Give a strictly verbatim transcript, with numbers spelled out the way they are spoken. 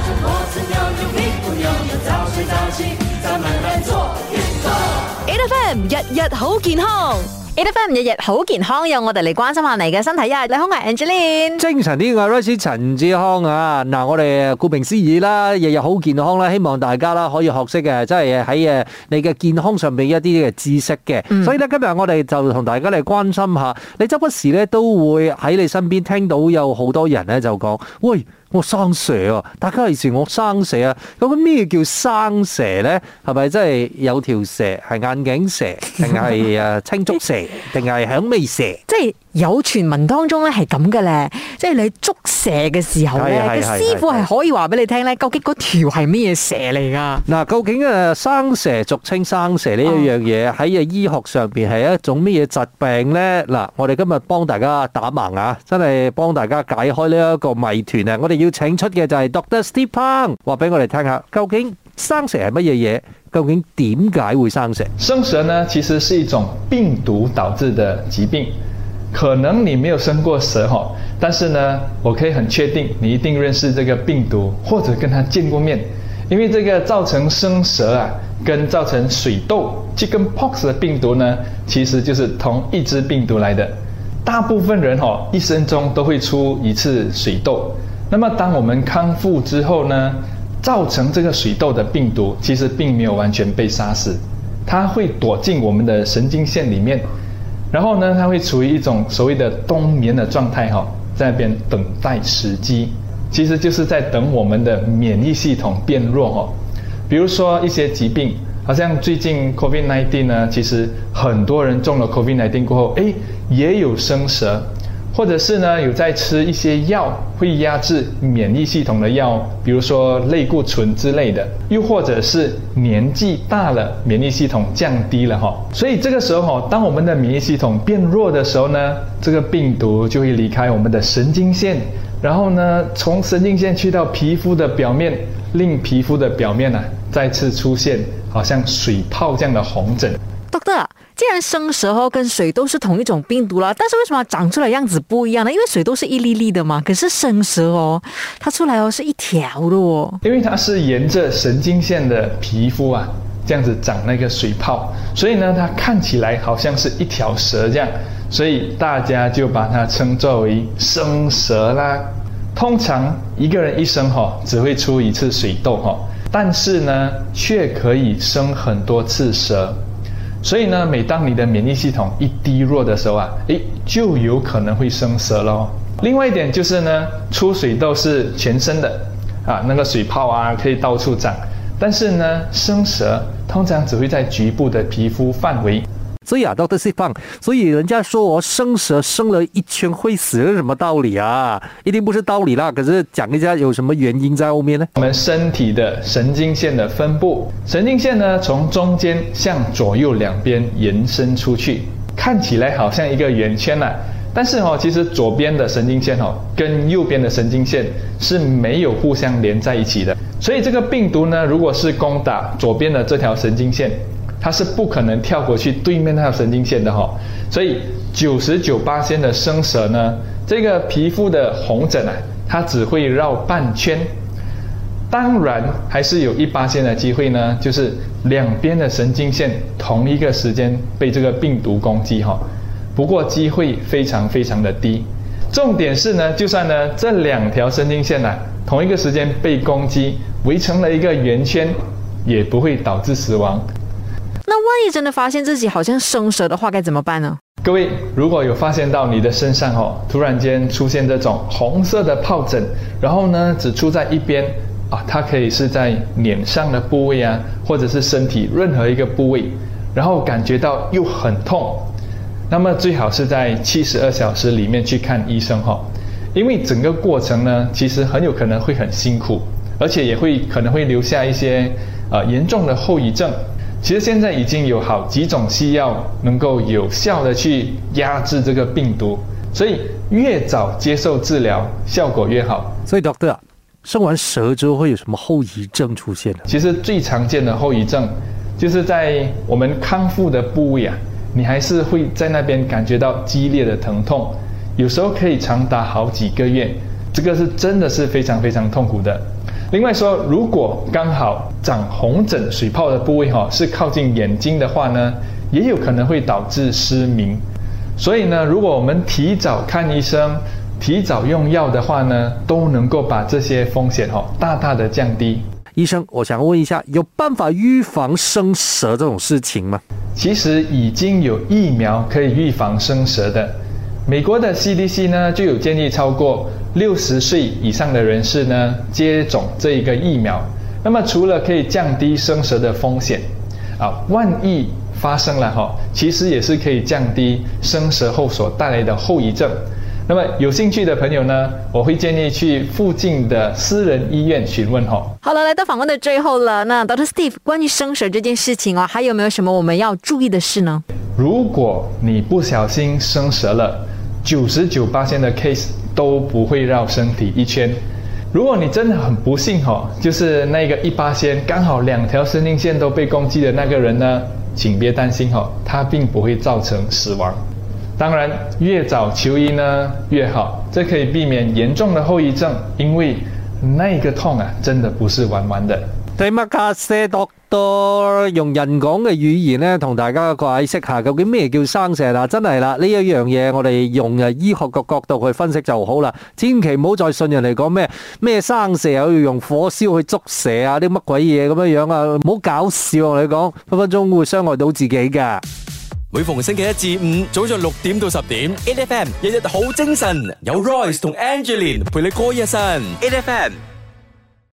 脖子扭扭屁股扭扭，早睡早起，咱们来做运动。 A F M 日日好健康。A F M 日日好健康，由我哋嚟關心下你嘅身體啊！你好，我係 Angeline。 精神啲嘅 Rice 陳志康啊，嗱，我哋顧名思義啦，日日好健康啦，希望大家啦可以學識嘅，即係喺誒你嘅健康上邊一啲嘅知識嘅。嗯、所以咧，今日我哋就同大家嚟關心下，你周不時咧都會喺你身邊聽到有好多人咧就講，喂，我生蛇啊！大家以前我生蛇啊，咁咩叫生蛇咧？係咪真係有條蛇係眼鏡蛇，定係誒青竹蛇，定係響尾蛇？ 即係有傳聞當中咧係咁嘅咧，即係你捉蛇嘅時候咧，嘅師傅係可以話俾你聽咧，究竟嗰條係咩嘢蛇嚟噶？嗱， 究竟誒生蛇俗稱生蛇呢一樣嘢喺誒醫學上邊係一種咩嘢疾病咧？嗱，我哋今日幫大家打盲啊，真係幫大家解開呢一個謎團啊！我哋要請出嘅就係 Doctor Steve Pang， 話俾我哋聽下，究竟生蛇係乜嘢嘢？究竟點解會生蛇？ 生蛇呢，其實是一種病毒導致的疾病。可能你沒有生過蛇哈，但是呢，我可以很確定，你一定認識這個病毒，或者跟它見過面。因為這個造成生蛇啊，跟造成水痘 Chickenpox 的病毒呢，其實就是同一支病毒來的。大部分人哈，一生中都會出一次水痘。那麼當我們康復之後呢，造成這個水痘的病毒其實並沒有完全被殺死，它會躲進我們的神經線裡面，然後呢，它會處於一種所謂的冬眠的狀態哈，在那邊等待時機，其實就是在等我們的免疫系統變弱哈。比如說一些疾病，好像最近 COVID 十九 呢，其實很多人中了 COVID 十九 過後，誒，也有生蛇。或者是呢，有在吃一些藥會壓制免疫系統的藥，比如說類固醇之類的，又或者是年紀大了，免疫系統降低了哈，所以這個時候哈，當我們的免疫系統變弱的時候呢，這個病毒就會離開我們的神經線，然後呢，從神經線去到皮膚的表面，令皮膚的表面呢、啊、再次出現好像水泡這樣的紅疹。 Doctor，既然生蛇哦跟水痘是同一種病毒啦，但是為什麼長出來樣子不一樣呢？因為水痘是一粒粒的嘛，可是生蛇哦，它出來哦是一條的哦。 因為它是沿着神經線的皮膚啊，這樣子長那個水泡，所以呢，它看起來好像是一條蛇這樣，所以大家就把它稱作為生蛇啦。通常一個人一生哈、哦、只會出一次水痘哈、哦，但是呢，卻可以生很多次蛇。所以呢，每當你的免疫系統一低弱的時候啊，誒，就有可能會生蛇咯。另外一點就是呢，出水痘是全身的，啊，那個水泡啊可以到處長，但是呢，生蛇通常只會在局部的皮膚範圍。 所以啊 ，Doctor Steve Pang，所以人家說我生蛇生了一圈會死，是什麼道理啊？一定不是道理啦。可是講一下有什麼原因在後面呢？ 我們身體的神經線的分布，神經線呢從中間向左右兩邊延伸出去，看起來好像一個圓圈啦、啊。但是哦，其實左邊的神經線哦跟右邊的神經線是沒有互相連在一起的。所以這個病毒呢，如果是攻打左邊的這條神經線，它是不可能跳過去對面那條神經線的哈，所以九十九巴仙的生蛇呢，這個皮膚的紅疹啊，它只會繞半圈。當然，還是有一巴仙的機會呢，就是兩邊的神經線同一個時間被這個病毒攻擊哈。不過機會非常非常的低。重點是呢，就算呢這兩條神經線啊同一個時間被攻擊，圍成了一個圓圈，也不會導致死亡。 那萬一真的發現自己好像生蛇的話，該怎麼辦呢？ 各位，如果有發現到你的身上哦，突然間出現這種紅色的皰疹，然後呢只出在一邊啊，它可以是在臉上的部位啊，或者是身體任何一個部位，然後感覺到又很痛，那麼最好是在七十二小時裡面去看醫生哈，因為整個過程呢，其實很有可能會很辛苦，而且也會可能會留下一些呃嚴重的後遺症。其實現在已經有好幾種西藥能夠有效的去壓制這個病毒，所以越早接受治療，效果越好。 所以 Doctor 啊，生完蛇之後會有什麼後遺症出現呢？ 其實最常見的後遺症，就是在我們康復的部位啊，你還是會在那邊感覺到激烈的疼痛，有時候可以長達好幾個月，這個是真的是非常非常痛苦的。 另外说，如果刚好长红疹水泡的部位哈是靠近眼睛的话呢，也有可能会导致失明。所以呢，如果我们提早看医生，提早用药的话呢，都能够把这些风险哈大大的降低。 醫生，我想問一下，有辦法預防生蛇這種事情嗎？ 其實已經有疫苗可以預防生蛇的。美國的 C D C 呢就有建議超過六十歲以上的人士呢接種這一個疫苗。那麼除了可以降低生蛇的風險啊，萬一發生了哈，其實也是可以降低生蛇後所帶來的後遺症。那麼有興趣的朋友呢，我會建議去附近的私人醫院詢問哈。 好了，來到訪問的最後了，那 Doctor Steve 關於生蛇這件事情哦，還有沒有什麼我們要注意的事呢？ 如果你不小心生蛇了，九十九%的 case 都不會繞身體一圈。如果你真的很不幸哈，就是那個一%剛好兩條神經線都被攻擊的那個人呢，請別擔心哈，它並不會造成死亡。當然，越早求醫呢越好，這可以避免嚴重的後遺症，因為那個痛啊，真的不是玩玩的。 Terima kasih Doctor，用人講嘅語言咧，同大家解釋下究竟咩叫生蛇啦。真係啦，呢一樣嘢我哋用誒醫學嘅角度去分析就好啦。千祈唔好再信人嚟講咩咩生蛇要用火燒去捉蛇啊，啲乜鬼嘢咁樣樣啊，唔好搞笑我哋講，分分鐘會傷害到自己噶。 每逢星期一至五早上六點到十點 ，A F M 日日好精神，有 Royce 同 Angeline 陪你過一晨 ，A F M。